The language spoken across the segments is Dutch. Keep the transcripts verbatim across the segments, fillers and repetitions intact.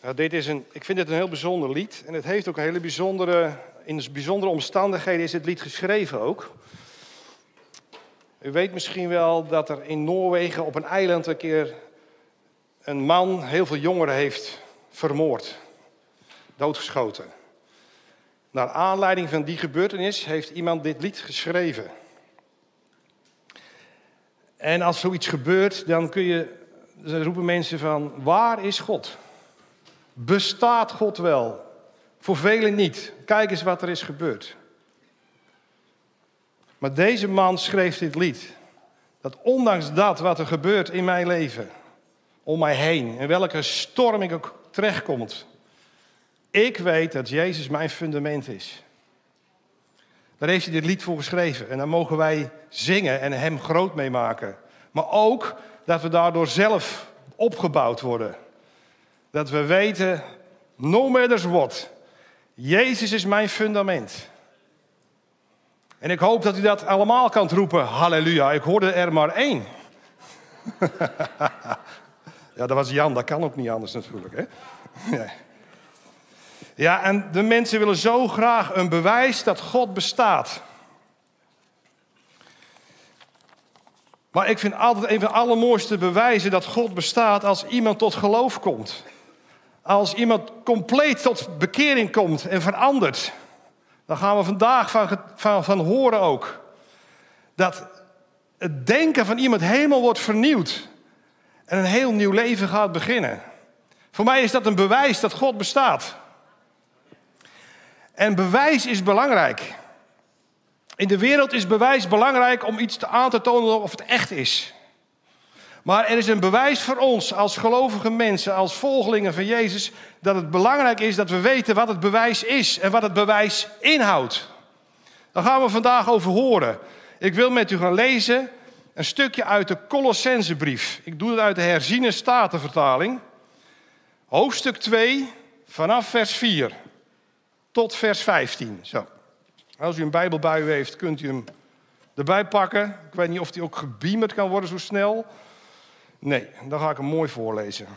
Nou, dit is een, ik vind het een heel bijzonder lied. En het heeft ook een hele bijzondere, in bijzondere omstandigheden is het lied geschreven ook. U weet misschien wel dat er in Noorwegen op een eiland een keer een man heel veel jongeren heeft vermoord. Doodgeschoten. Naar aanleiding van die gebeurtenis heeft iemand dit lied geschreven. En als zoiets gebeurt, dan kun je, dan roepen mensen van, waar is God? Bestaat God wel? Voor velen niet. Kijk eens wat er is gebeurd. Maar deze man schreef dit lied. Dat ondanks dat wat er gebeurt in mijn leven, om mij heen, in welke storm ik ook terechtkomt, ik weet dat Jezus mijn fundament is. Daar heeft hij dit lied voor geschreven. En daar mogen wij zingen en hem groot mee maken. Maar ook dat we daardoor zelf opgebouwd worden. Dat we weten, no matters what, Jezus is mijn fundament. En ik hoop dat u dat allemaal kan roepen, halleluja. Ik hoorde er maar één. Ja, dat was Jan, dat kan ook niet anders natuurlijk. Hè? Nee. Ja, en de mensen willen zo graag een bewijs dat God bestaat. Maar ik vind altijd een van de allermooiste bewijzen dat God bestaat als iemand tot geloof komt. Als iemand compleet tot bekering komt en verandert. Dan gaan we vandaag van, van, van horen ook. Dat het denken van iemand helemaal wordt vernieuwd. En een heel nieuw leven gaat beginnen. Voor mij is dat een bewijs dat God bestaat. En bewijs is belangrijk. In de wereld is bewijs belangrijk om iets te aan te tonen of het echt is. Maar er is een bewijs voor ons als gelovige mensen, als volgelingen van Jezus, dat het belangrijk is dat we weten wat het bewijs is en wat het bewijs inhoudt. Daar gaan we vandaag over horen. Ik wil met u gaan lezen een stukje uit de Colossensebrief. Ik doe het uit de herziene statenvertaling. Hoofdstuk twee, vanaf vers vier tot vers vijftien. Zo. Als u een Bijbel bij u heeft, kunt u hem erbij pakken. Ik weet niet of die ook gebeamerd kan worden zo snel. Nee, dan ga ik hem mooi voorlezen.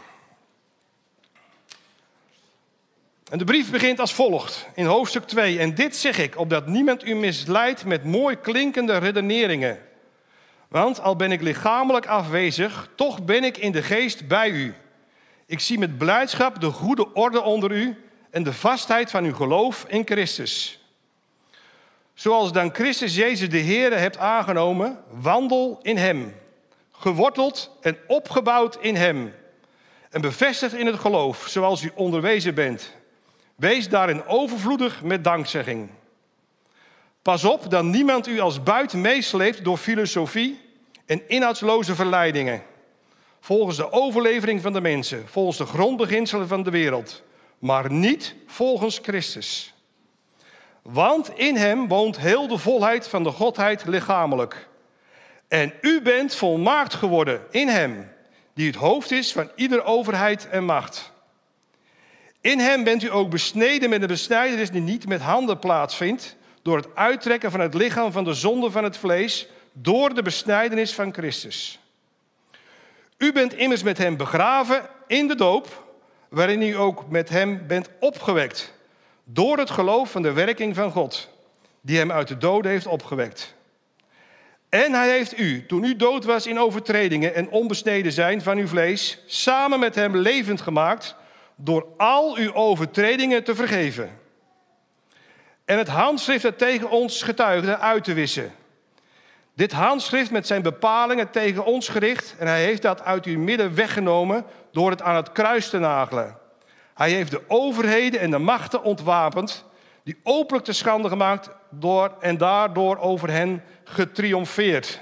En de brief begint als volgt, in hoofdstuk twee. En dit zeg ik, opdat niemand u misleidt met mooi klinkende redeneringen. Want al ben ik lichamelijk afwezig, toch ben ik in de geest bij u. Ik zie met blijdschap de goede orde onder u en de vastheid van uw geloof in Christus. Zoals dan Christus Jezus de Heere hebt aangenomen, wandel in hem. Geworteld en opgebouwd in hem. En bevestigd in het geloof, zoals u onderwezen bent. Wees daarin overvloedig met dankzegging. Pas op dat niemand u als buit meesleept door filosofie en inhoudsloze verleidingen. Volgens de overlevering van de mensen, volgens de grondbeginselen van de wereld. Maar niet volgens Christus. Want in hem woont heel de volheid van de Godheid lichamelijk. En u bent volmaakt geworden in hem, die het hoofd is van ieder overheid en macht. In hem bent u ook besneden met een besnijdenis die niet met handen plaatsvindt, door het uittrekken van het lichaam van de zonde van het vlees, door de besnijdenis van Christus. U bent immers met hem begraven in de doop, waarin u ook met hem bent opgewekt, door het geloof van de werking van God, die hem uit de doden heeft opgewekt. En hij heeft u, toen u dood was in overtredingen en onbesneden zijn van uw vlees, samen met hem levend gemaakt, door al uw overtredingen te vergeven. En het handschrift dat tegen ons getuigde uit te wissen. Dit handschrift met zijn bepalingen tegen ons gericht, en hij heeft dat uit uw midden weggenomen door het aan het kruis te nagelen. Hij heeft de overheden en de machten ontwapend, die openlijk te schande gemaakt door en daardoor over hen getriomfeerd.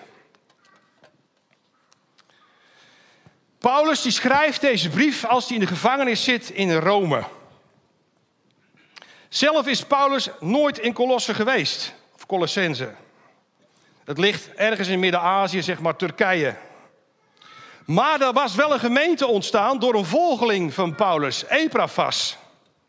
Paulus die schrijft deze brief als hij in de gevangenis zit in Rome. Zelf is Paulus nooit in Colosse geweest, of Colossense. Het ligt ergens in Midden-Azië, zeg maar Turkije. Maar er was wel een gemeente ontstaan door een volgeling van Paulus, Epaphras.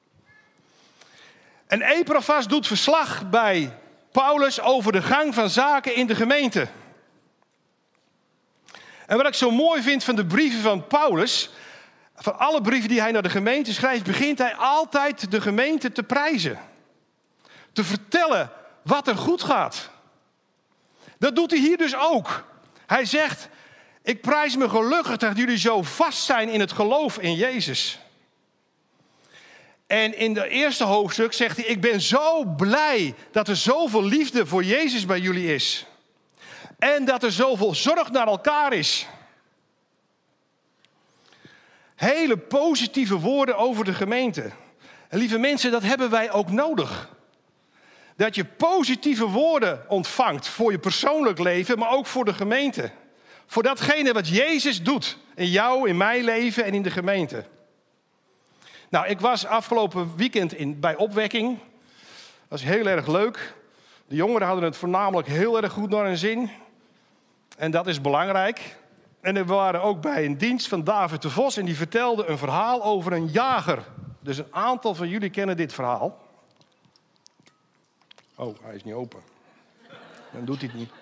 En Epaphras doet verslag bij Paulus over de gang van zaken in de gemeente. En wat ik zo mooi vind van de brieven van Paulus, Van alle brieven die hij naar de gemeente schrijft, begint hij altijd de gemeente te prijzen. Te vertellen wat er goed gaat. Dat doet hij hier dus ook. Hij zegt, ik prijs me gelukkig dat jullie zo vast zijn in het geloof in Jezus. En in de eerste hoofdstuk zegt hij, ik ben zo blij dat er zoveel liefde voor Jezus bij jullie is. En dat er zoveel zorg naar elkaar is. Hele positieve woorden over de gemeente. En lieve mensen, dat hebben wij ook nodig. Dat je positieve woorden ontvangt voor je persoonlijk leven, maar ook voor de gemeente. Voor datgene wat Jezus doet in jou, in mijn leven en in de gemeente. Nou, ik was afgelopen weekend in, bij Opwekking. Dat was heel erg leuk. De jongeren hadden het voornamelijk heel erg goed naar hun zin. En dat is belangrijk. En we waren ook bij een dienst van David de Vos en die vertelde een verhaal over een jager. Dus een aantal van jullie kennen dit verhaal. Oh, hij is niet open. Dan doet hij het niet.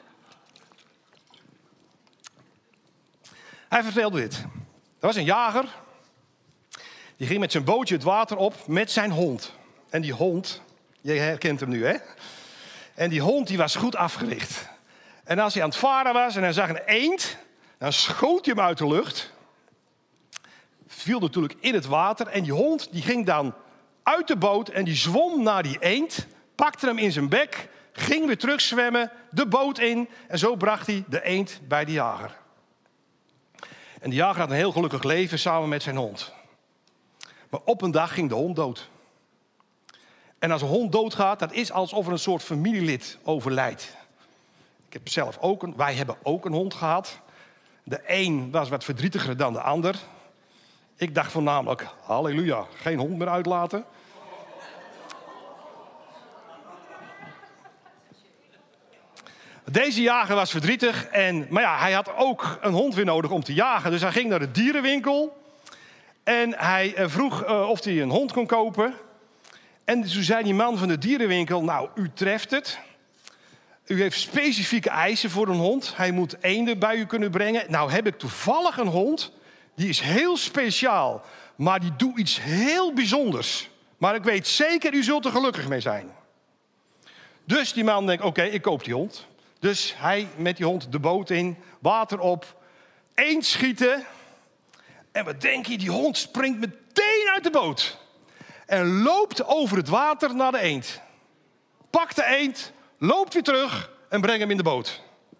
Hij vertelde dit. Er was een jager. Die ging met zijn bootje het water op met zijn hond. En die hond, je herkent hem nu hè. En die hond die was goed afgericht. En als hij aan het varen was en hij zag een eend, dan schoot hij hem uit de lucht. Viel natuurlijk in het water. En die hond die ging dan uit de boot en die zwom naar die eend. Pakte hem in zijn bek, ging weer terug zwemmen, de boot in. En zo bracht hij de eend bij de jager. En de jager had een heel gelukkig leven samen met zijn hond. Maar op een dag ging de hond dood. En als een hond doodgaat, dat is alsof er een soort familielid overlijdt. Ik heb zelf ook een, wij hebben ook een hond gehad. De een was wat verdrietiger dan de ander. Ik dacht voornamelijk, halleluja, geen hond meer uitlaten. Deze jager was verdrietig, en, maar ja, hij had ook een hond weer nodig om te jagen. Dus hij ging naar de dierenwinkel en hij vroeg uh, of hij een hond kon kopen. En toen zei die man van de dierenwinkel, nou, u treft het. U heeft specifieke eisen voor een hond. Hij moet eenden bij u kunnen brengen. Nou heb ik toevallig een hond, die is heel speciaal, maar die doet iets heel bijzonders. Maar ik weet zeker, u zult er gelukkig mee zijn. Dus die man denkt, oké, okay, ik koop die hond. Dus hij met die hond de boot in, water op, eend schieten. En wat denk je, die hond springt meteen uit de boot. En loopt over het water naar de eend. Pakt de eend, loopt weer terug en brengt hem in de boot.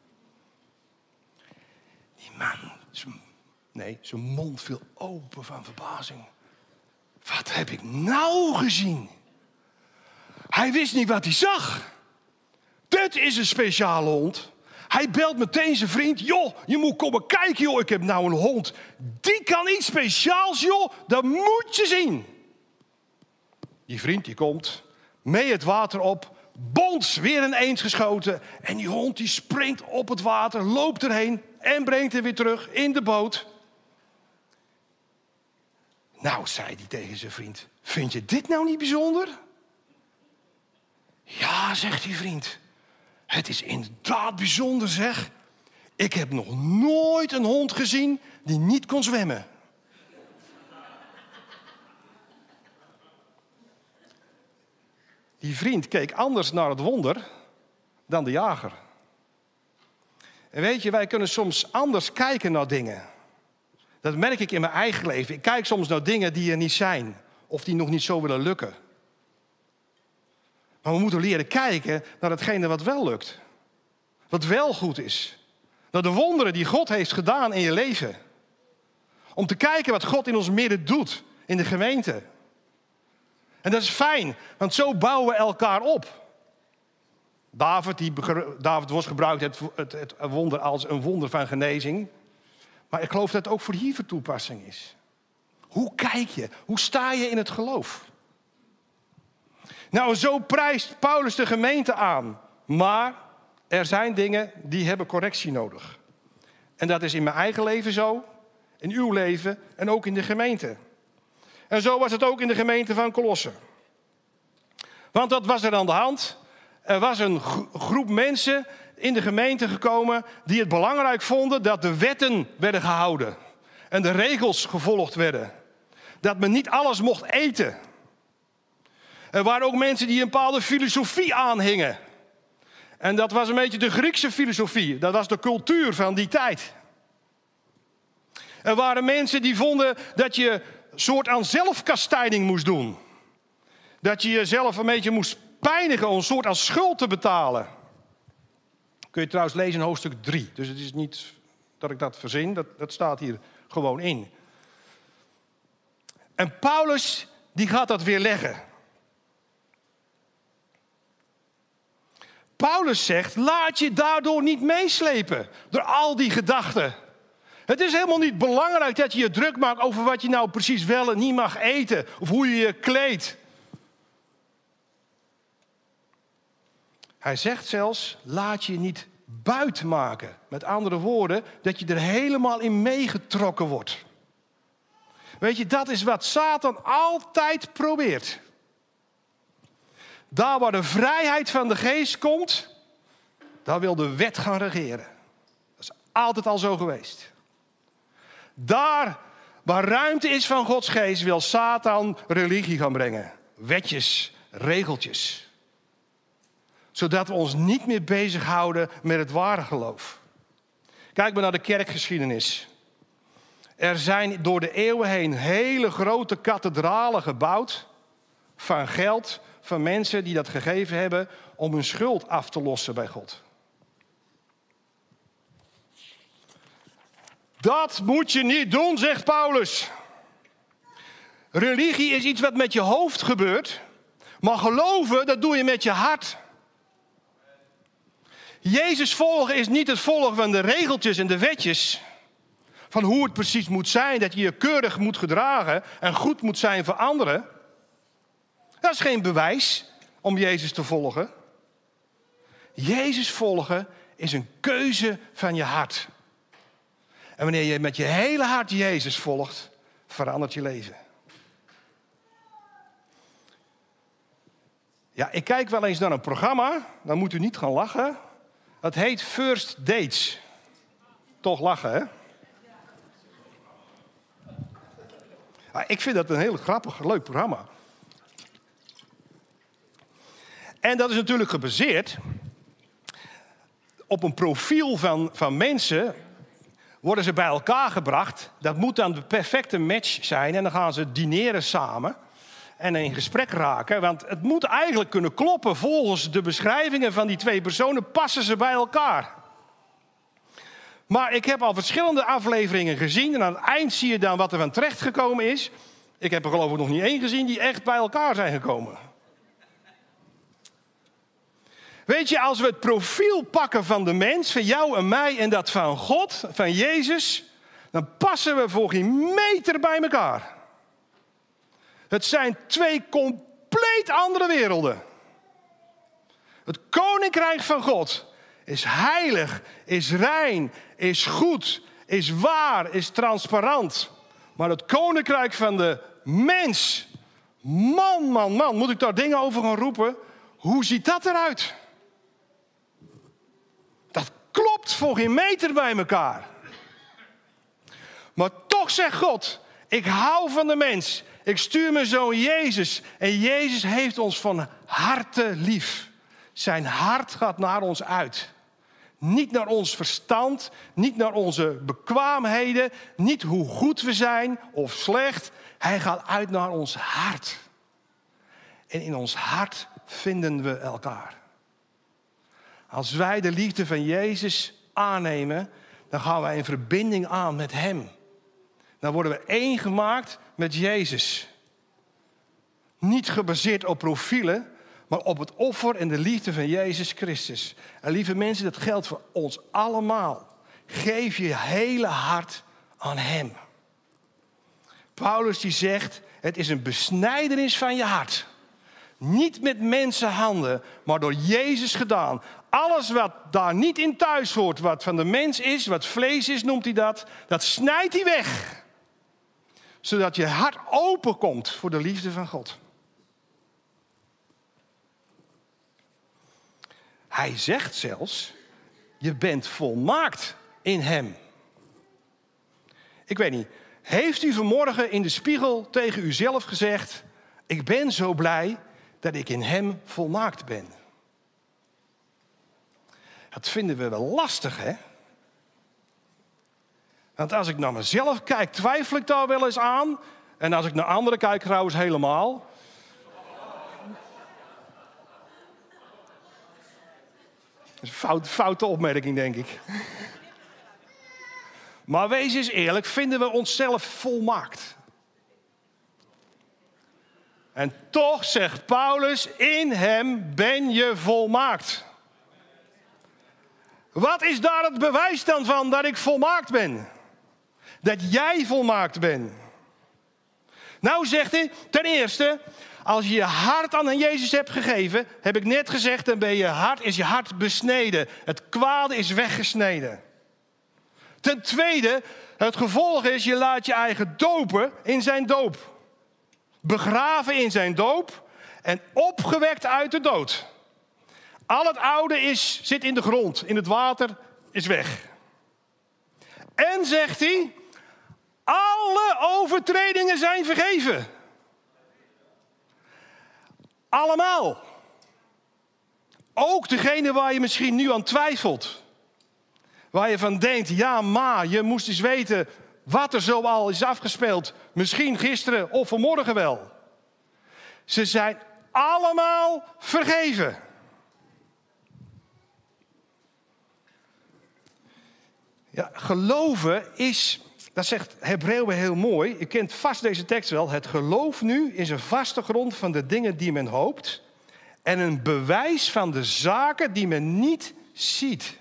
Die man, zijn, nee, zijn mond viel open van verbazing. Wat heb ik nou gezien? Hij wist niet wat hij zag. Dit is een speciale hond. Hij belt meteen zijn vriend. Joh, je moet komen kijken, joh. Ik heb nou een hond. Die kan iets speciaals, joh. Dat moet je zien. Die vriend die komt, mee het water op. Bons, weer een eend geschoten. En die hond die springt op het water, loopt erheen en brengt hem weer terug in de boot. Nou, zei hij tegen zijn vriend. Vind je dit nou niet bijzonder? Ja, zegt die vriend. Het is inderdaad bijzonder, zeg. Ik heb nog nooit een hond gezien die niet kon zwemmen. Die vriend keek anders naar het wonder dan de jager. En weet je, wij kunnen soms anders kijken naar dingen. Dat merk ik in mijn eigen leven. Ik kijk soms naar dingen die er niet zijn. Of die nog niet zo willen lukken. Maar we moeten leren kijken naar hetgene wat wel lukt. Wat wel goed is. Naar de wonderen die God heeft gedaan in je leven. Om te kijken wat God in ons midden doet in de gemeente. En dat is fijn, want zo bouwen we elkaar op. David, die, David was gebruikt het, het, het wonder als een wonder van genezing. Maar ik geloof dat het ook voor hier van toepassing is. Hoe kijk je? Hoe sta je in het geloof? Nou, zo prijst Paulus de gemeente aan. Maar er zijn dingen die hebben correctie nodig. En dat is in mijn eigen leven zo, in uw leven en ook in de gemeente. En zo was het ook in de gemeente van Kolossen. Want wat was er aan de hand? Er was een groep mensen in de gemeente gekomen die het belangrijk vonden dat de wetten werden gehouden. En de regels gevolgd werden. Dat men niet alles mocht eten. Er waren ook mensen die een bepaalde filosofie aanhingen. En dat was een beetje de Griekse filosofie. Dat was de cultuur van die tijd. Er waren mensen die vonden dat je een soort aan zelfkastijding moest doen. Dat je jezelf een beetje moest pijnigen om een soort aan schuld te betalen. Kun je trouwens lezen in hoofdstuk drie. Dus het is niet dat ik dat verzin, dat, dat staat hier gewoon in. En Paulus die gaat dat weer leggen. Paulus zegt, laat je daardoor niet meeslepen door al die gedachten. Het is helemaal niet belangrijk dat je je druk maakt over wat je nou precies wel en niet mag eten. Of hoe je je kleedt. Hij zegt zelfs, laat je niet buit maken. Met andere woorden, dat je er helemaal in meegetrokken wordt. Weet je, dat is wat Satan altijd probeert. Daar waar de vrijheid van de geest komt, daar wil de wet gaan regeren. Dat is altijd al zo geweest. Daar waar ruimte is van Gods geest, wil Satan religie gaan brengen. Wetjes, regeltjes. Zodat we ons niet meer bezighouden met het ware geloof. Kijk maar naar de kerkgeschiedenis. Er zijn door de eeuwen heen hele grote kathedralen gebouwd van geld, van mensen die dat gegeven hebben om hun schuld af te lossen bij God. Dat moet je niet doen, zegt Paulus. Religie is iets wat met je hoofd gebeurt, maar geloven, dat doe je met je hart. Jezus volgen is niet het volgen van de regeltjes en de wetjes, van hoe het precies moet zijn, dat je je keurig moet gedragen en goed moet zijn voor anderen. Dat is geen bewijs om Jezus te volgen. Jezus volgen is een keuze van je hart. En wanneer je met je hele hart Jezus volgt, verandert je leven. Ja, ik kijk wel eens naar een programma, dan moet u niet gaan lachen. Het heet First Dates. Toch lachen, hè? Ja, ik vind dat een heel grappig, leuk programma. En dat is natuurlijk gebaseerd op een profiel van, van mensen. Worden ze bij elkaar gebracht. Dat moet dan de perfecte match zijn. En dan gaan ze dineren samen. En in gesprek raken. Want het moet eigenlijk kunnen kloppen. Volgens de beschrijvingen van die twee personen passen ze bij elkaar. Maar ik heb al verschillende afleveringen gezien. En aan het eind zie je dan wat er van terecht gekomen is. Ik heb er geloof ik nog niet één gezien die echt bij elkaar zijn gekomen. Weet je, als we het profiel pakken van de mens, van jou en mij en dat van God, van Jezus, dan passen we voor geen meter bij elkaar. Het zijn twee compleet andere werelden. Het koninkrijk van God is heilig, is rein, is goed, is waar, is transparant. Maar het koninkrijk van de mens, man, man, man, moet ik daar dingen over gaan roepen? Hoe ziet dat eruit? Dat klopt voor geen meter bij elkaar. Maar toch zegt God, ik hou van de mens. Ik stuur mijn zoon Jezus. En Jezus heeft ons van harte lief. Zijn hart gaat naar ons uit. Niet naar ons verstand, niet naar onze bekwaamheden, niet hoe goed we zijn of slecht. Hij gaat uit naar ons hart. En in ons hart vinden we elkaar. Als wij de liefde van Jezus aannemen, dan gaan wij in verbinding aan met Hem. Dan worden we één gemaakt met Jezus. Niet gebaseerd op profielen, maar op het offer en de liefde van Jezus Christus. En lieve mensen, dat geldt voor ons allemaal. Geef je hele hart aan Hem. Paulus die zegt, het is een besnijdenis van je hart. Niet met mensenhanden, maar door Jezus gedaan. Alles wat daar niet in thuis hoort, wat van de mens is, wat vlees is, noemt hij dat, dat snijdt hij weg. Zodat je hart open komt voor de liefde van God. Hij zegt zelfs, je bent volmaakt in Hem. Ik weet niet, Heeft u vanmorgen in de spiegel tegen uzelf gezegd: ik ben zo blij dat ik in hem volmaakt ben? Dat vinden we wel lastig, hè? Want als ik naar mezelf kijk, twijfel ik daar wel eens aan. En als ik naar anderen kijk, trouwens helemaal. Dat is een fout, foute opmerking, denk ik. Maar wees eens eerlijk, vinden we onszelf volmaakt? En toch zegt Paulus, in hem ben je volmaakt. Wat is daar het bewijs dan van dat ik volmaakt ben? Dat jij volmaakt bent. Nou zegt hij, ten eerste, als je je hart aan Jezus hebt gegeven, heb ik net gezegd, dan ben je hart, is je hart besneden. Het kwade is weggesneden. Ten tweede, het gevolg is, je laat je eigen dopen in zijn doop. Begraven in zijn doop en opgewekt uit de dood. Al het oude is, zit in de grond, in het water, is weg. En zegt hij, alle overtredingen zijn vergeven. Allemaal. Ook degene waar je misschien nu aan twijfelt. Waar je van denkt, ja maar, je moest eens weten wat er zo al is afgespeeld. Misschien gisteren of vanmorgen wel. Ze zijn allemaal vergeven. Ja, geloven is, dat zegt Hebreeën heel mooi. Je kent vast deze tekst wel. Het geloof nu is een vaste grond van de dingen die men hoopt. En een bewijs van de zaken die men niet ziet.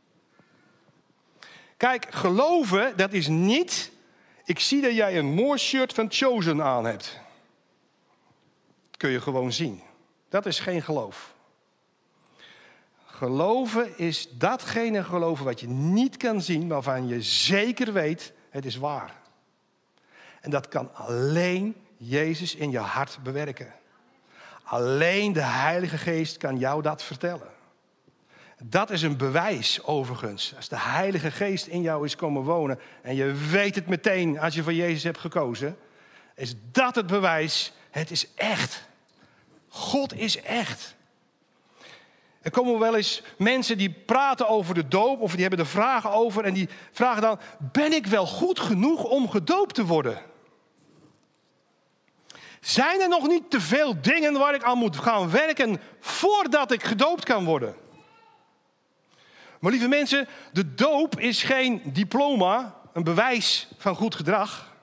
Kijk, geloven, dat is niet, ik zie dat jij een mooi shirt van Chosen aan hebt. Dat kun je gewoon zien. Dat is geen geloof. Geloven is datgene geloven wat je niet kan zien, waarvan je zeker weet, het is waar. En dat kan alleen Jezus in je hart bewerken. Alleen de Heilige Geest kan jou dat vertellen. Dat is een bewijs overigens. Als de Heilige Geest in jou is komen wonen en je weet het meteen als je voor Jezus hebt gekozen, is dat het bewijs, het is echt. God is echt. Er komen wel eens mensen die praten over de doop of die hebben er vragen over en die vragen dan, ben ik wel goed genoeg om gedoopt te worden? Zijn er nog niet te veel dingen waar ik aan moet gaan werken voordat ik gedoopt kan worden? Maar lieve mensen, de doop is geen diploma, een bewijs van goed gedrag.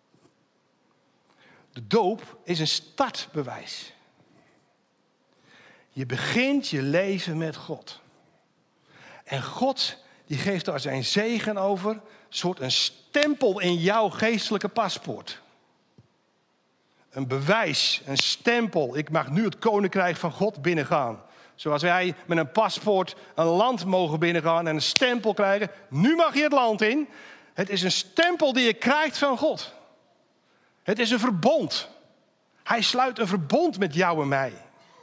De doop is een startbewijs. Je begint je leven met God. En God die geeft daar zijn zegen over, een soort een stempel in jouw geestelijke paspoort. Een bewijs, een stempel. Ik mag nu het koninkrijk van God binnengaan. Zoals wij met een paspoort een land mogen binnengaan en een stempel krijgen. Nu mag je het land in. Het is een stempel die je krijgt van God. Het is een verbond. Hij sluit een verbond met jou en mij.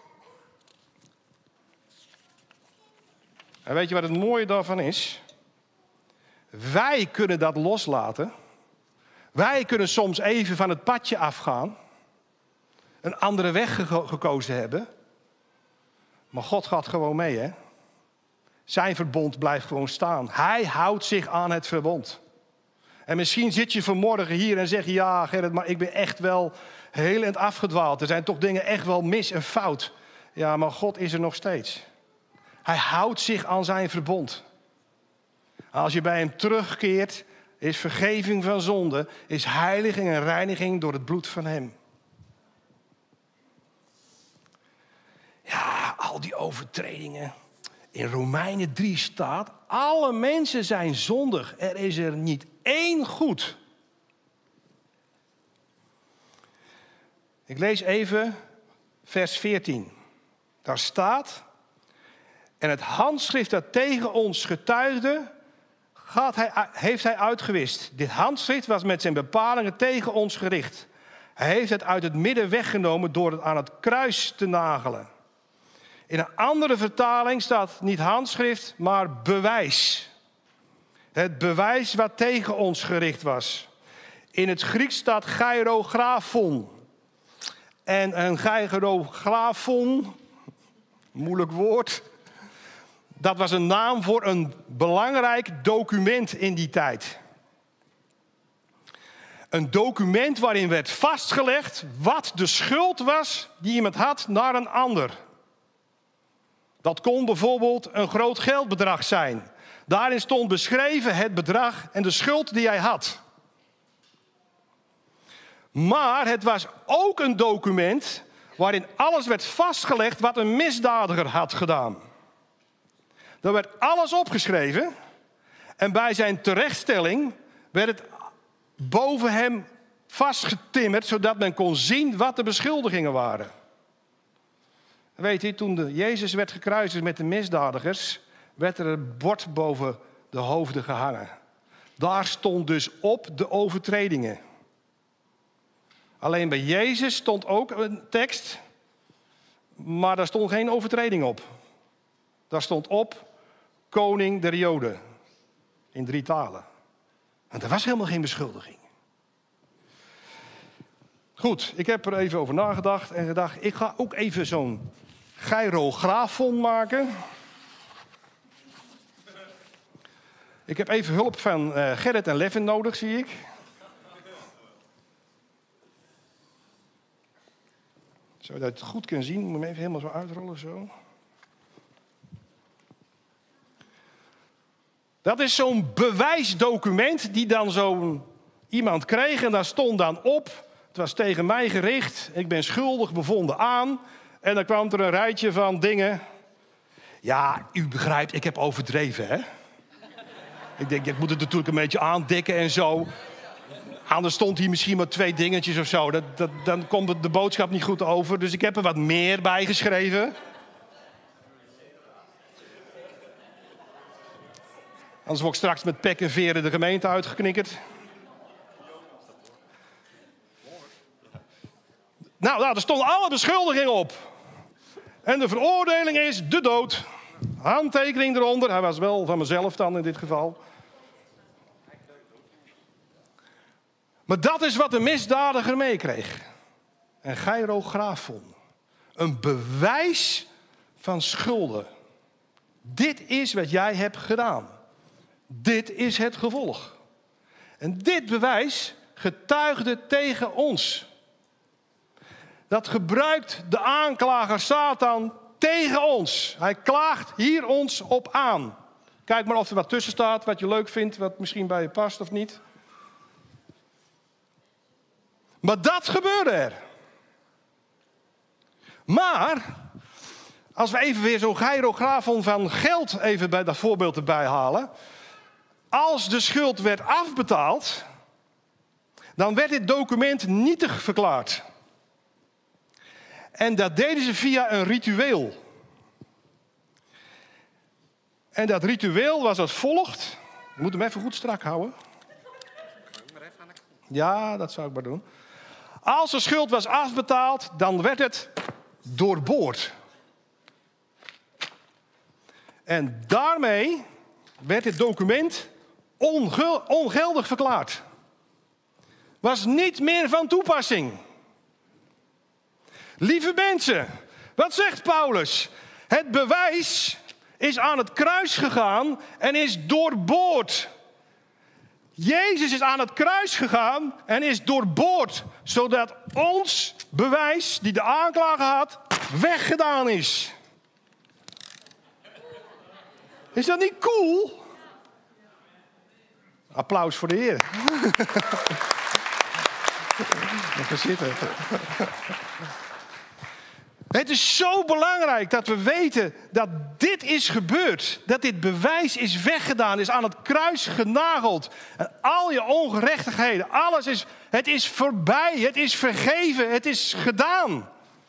En weet je wat het mooie daarvan is? Wij kunnen dat loslaten. Wij kunnen soms even van het padje afgaan. Een andere weg geko- gekozen hebben. Maar God gaat gewoon mee, hè? Zijn verbond blijft gewoon staan. Hij houdt zich aan het verbond. En misschien zit je vanmorgen hier en zeg je, ja Gerrit, maar ik ben echt wel heel eind afgedwaald. Er zijn toch dingen echt wel mis en fout. Ja, maar God is er nog steeds. Hij houdt zich aan zijn verbond. Als je bij hem terugkeert, is vergeving van zonde, is heiliging en reiniging door het bloed van hem. Ja, al die overtredingen. In Romeinen drie staat, alle mensen zijn zondig. Er is er niet één goed. Ik lees even vers veertien. Daar staat, en het handschrift dat tegen ons getuigde, gaat hij, heeft hij uitgewist. Dit handschrift was met zijn bepalingen tegen ons gericht. Hij heeft het uit het midden weggenomen door het aan het kruis te nagelen. In een andere vertaling staat niet handschrift, maar bewijs. Het bewijs wat tegen ons gericht was. In het Grieks staat gyrografon. En een gyrografon, moeilijk woord, dat was een naam voor een belangrijk document in die tijd. Een document waarin werd vastgelegd wat de schuld was die iemand had naar een ander. Dat kon bijvoorbeeld een groot geldbedrag zijn. Daarin stond beschreven het bedrag en de schuld die hij had. Maar het was ook een document waarin alles werd vastgelegd wat een misdadiger had gedaan. Er werd alles opgeschreven en bij zijn terechtstelling werd het boven hem vastgetimmerd, zodat men kon zien wat de beschuldigingen waren. Weet u, toen de Jezus werd gekruisigd met de misdadigers, werd er een bord boven de hoofden gehangen. Daar stond dus op de overtredingen. Alleen bij Jezus stond ook een tekst, maar daar stond geen overtreding op. Daar stond op, koning der Joden, in drie talen. En er was helemaal geen beschuldiging. Goed, ik heb er even over nagedacht en gedacht, ik ga ook even zo'n gyrografon maken. Ik heb even hulp van uh, Gerrit en Levin nodig, zie ik. Zodat je het goed kunt zien, moet je hem even helemaal zo uitrollen, zo. Dat is zo'n bewijsdocument die dan zo'n iemand kreeg en daar stond dan op. Het was tegen mij gericht, ik ben schuldig bevonden aan. En dan kwam er een rijtje van dingen. Ja, u begrijpt, ik heb overdreven, hè? Ik denk, ik moet het natuurlijk een beetje aandikken en zo. Anders stond hier misschien maar twee dingetjes of zo. Dat, dat, dan komt de boodschap niet goed over. Dus ik heb er wat meer bij geschreven. Anders word ik straks met pek en veren de gemeente uitgeknikkerd. Nou, nou, er stonden alle beschuldigingen op. En de veroordeling is de dood. Handtekening eronder. Hij was wel van mezelf dan in dit geval. Maar dat is wat de misdadiger meekreeg. Een gyrografon. Een bewijs van schulden. Dit is wat jij hebt gedaan. Dit is het gevolg. En dit bewijs getuigde tegen ons. Dat gebruikt de aanklager Satan tegen ons. Hij klaagt hier ons op aan. Kijk maar of er wat tussen staat, wat je leuk vindt, wat misschien bij je past of niet. Maar dat gebeurde er. Maar, als we even weer zo'n gyrografon van geld even bij dat voorbeeld erbij halen. Als de schuld werd afbetaald, dan werd dit document nietig verklaard. En dat deden ze via een ritueel. En dat ritueel was als volgt. Je moet hem even goed strak houden. Ja, dat zou ik maar doen. Als de schuld was afbetaald, dan werd het doorboord. En daarmee werd dit document ongel- ongeldig verklaard. Was niet meer van toepassing. Lieve mensen, wat zegt Paulus? Het bewijs is aan het kruis gegaan en is doorboord. Jezus is aan het kruis gegaan en is doorboord, zodat ons bewijs, die de aanklager had, weggedaan is. Is dat niet cool? Applaus voor de Heer. Even zitten. Het is zo belangrijk dat we weten dat dit is gebeurd. Dat dit bewijs is weggedaan, is aan het kruis genageld. En al je ongerechtigheden, alles is, het is voorbij, het is vergeven, het is gedaan.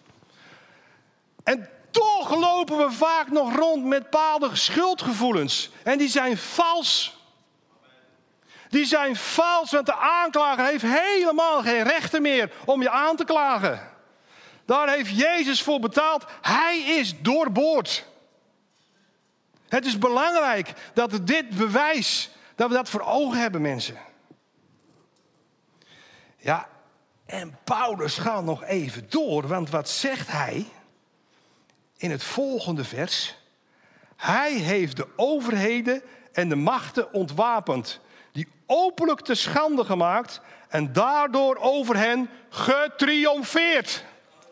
En toch lopen we vaak nog rond met bepaalde schuldgevoelens. En die zijn vals. Die zijn vals, want de aanklager heeft helemaal geen rechten meer om je aan te klagen. Daar heeft Jezus voor betaald. Hij is doorboord. Het is belangrijk dat we dit bewijs, dat we dat voor ogen hebben, mensen. Ja, en Paulus gaat nog even door, want wat zegt hij in het volgende vers? Hij heeft de overheden en de machten ontwapend, die openlijk te schande gemaakt en daardoor over hen getriomfeerd.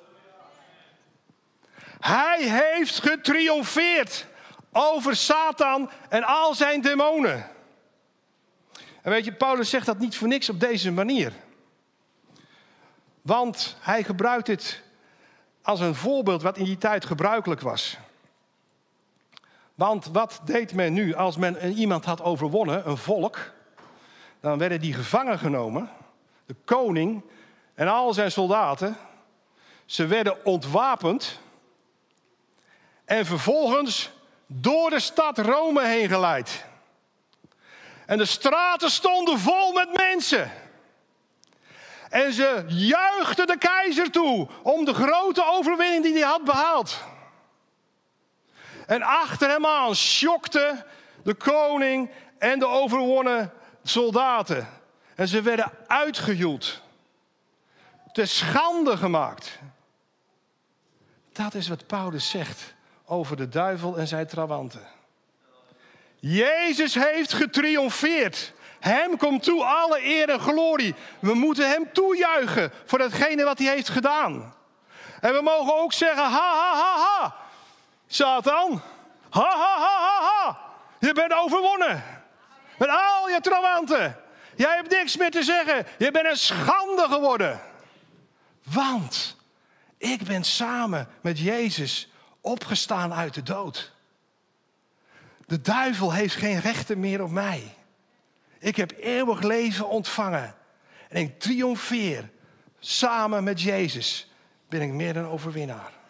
Hij heeft getriomfeerd over Satan en al zijn demonen. En weet je, Paulus zegt dat niet voor niks op deze manier. Want hij gebruikt dit als een voorbeeld wat in die tijd gebruikelijk was. Want wat deed men nu als men iemand had overwonnen, een volk? Dan werden die gevangen genomen, de koning en al zijn soldaten. Ze werden ontwapend en vervolgens door de stad Rome heen geleid. En de straten stonden vol met mensen. En ze juichten de keizer toe om de grote overwinning die hij had behaald. En achter hem aan sjokten de koning en de overwonnen soldaten. En ze werden uitgejoeld. Te schande gemaakt. Dat is wat Paulus zegt over de duivel en zijn trawanten. Jezus heeft getriomfeerd. Hem komt toe alle eer en glorie. We moeten hem toejuichen voor datgene wat hij heeft gedaan. En we mogen ook zeggen, ha, ha, ha, ha. Satan, ha, ha, ha, ha, ha. Je bent overwonnen. Met al je trawanten. Jij hebt niks meer te zeggen. Je bent een schande geworden. Want ik ben samen met Jezus opgestaan uit de dood. De duivel heeft geen rechten meer op mij. Ik heb eeuwig leven ontvangen. En ik triomfeer. Samen met Jezus ben ik meer dan overwinnaar.